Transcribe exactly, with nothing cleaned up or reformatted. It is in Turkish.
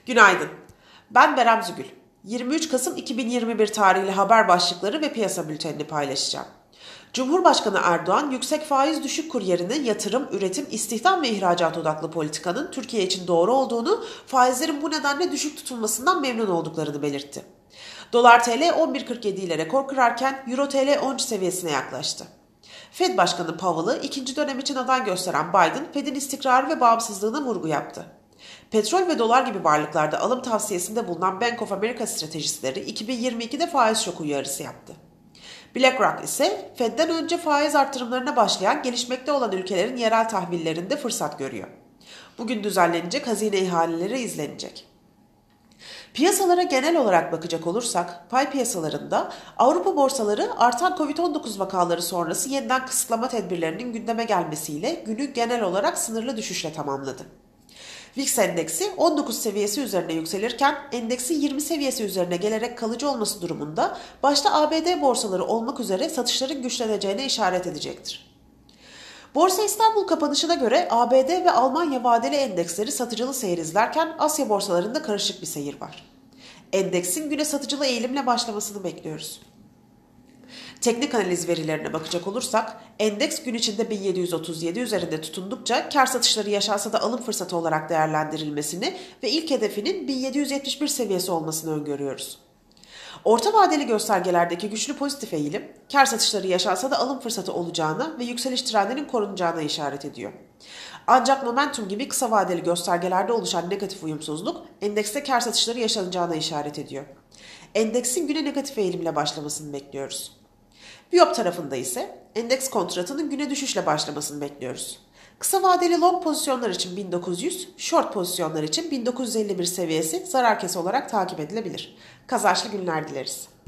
Günaydın. Ben Berem Zügül. yirmi üç Kasım iki bin yirmi bir tarihli haber başlıkları ve piyasa bültenini paylaşacağım. Cumhurbaşkanı Erdoğan, yüksek faiz düşük kur yerine yatırım, üretim, istihdam ve ihracat odaklı politikanın Türkiye için doğru olduğunu, faizlerin bu nedenle düşük tutulmasından memnun olduklarını belirtti. Dolar T L on bir kırk yedi ile rekor kırarken Euro T L on üç seviyesine yaklaştı. Fed Başkanı Powell'ı ikinci dönem için aday gösteren Biden, Fed'in istikrarı ve bağımsızlığına vurgu yaptı. Petrol ve dolar gibi varlıklarda alım tavsiyesinde bulunan Bank of America stratejistleri iki bin yirmi ikide faiz şoku uyarısı yaptı. BlackRock ise Fed'den önce faiz artırımlarına başlayan gelişmekte olan ülkelerin yerel tahvillerinde fırsat görüyor. Bugün düzenlenecek hazine ihaleleri izlenecek. Piyasalara genel olarak bakacak olursak, pay piyasalarında Avrupa borsaları artan Covid on dokuz vakaları sonrası yeniden kısıtlama tedbirlerinin gündeme gelmesiyle günü genel olarak sınırlı düşüşle tamamladı. VIX endeksi on dokuz seviyesi üzerine yükselirken endeksi yirmi seviyesi üzerine gelerek kalıcı olması durumunda başta A B D borsaları olmak üzere satışların güçleneceğine işaret edecektir. Borsa İstanbul kapanışına göre A B D ve Almanya vadeli endeksleri satıcılı seyir izlerken Asya borsalarında karışık bir seyir var. Endeksin güne satıcılı eğilimle başlamasını bekliyoruz. Teknik analiz verilerine bakacak olursak, endeks gün içinde bin yedi yüz otuz yedi üzerinde tutundukça kar satışları yaşansa da alım fırsatı olarak değerlendirilmesini ve ilk hedefinin bin yedi yüz yetmiş bir seviyesi olmasını öngörüyoruz. Orta vadeli göstergelerdeki güçlü pozitif eğilim, kar satışları yaşansa da alım fırsatı olacağına ve yükseliş trendinin korunacağına işaret ediyor. Ancak momentum gibi kısa vadeli göstergelerde oluşan negatif uyumsuzluk, endekste kar satışları yaşanacağına işaret ediyor. Endeksin güne negatif eğilimle başlamasını bekliyoruz. Viyop tarafında ise endeks kontratının güne düşüşle başlamasını bekliyoruz. Kısa vadeli long pozisyonlar için bin dokuz yüz, short pozisyonlar için bin dokuz yüz elli bir seviyesi zarar kesi olarak takip edilebilir. Kazançlı günler dileriz.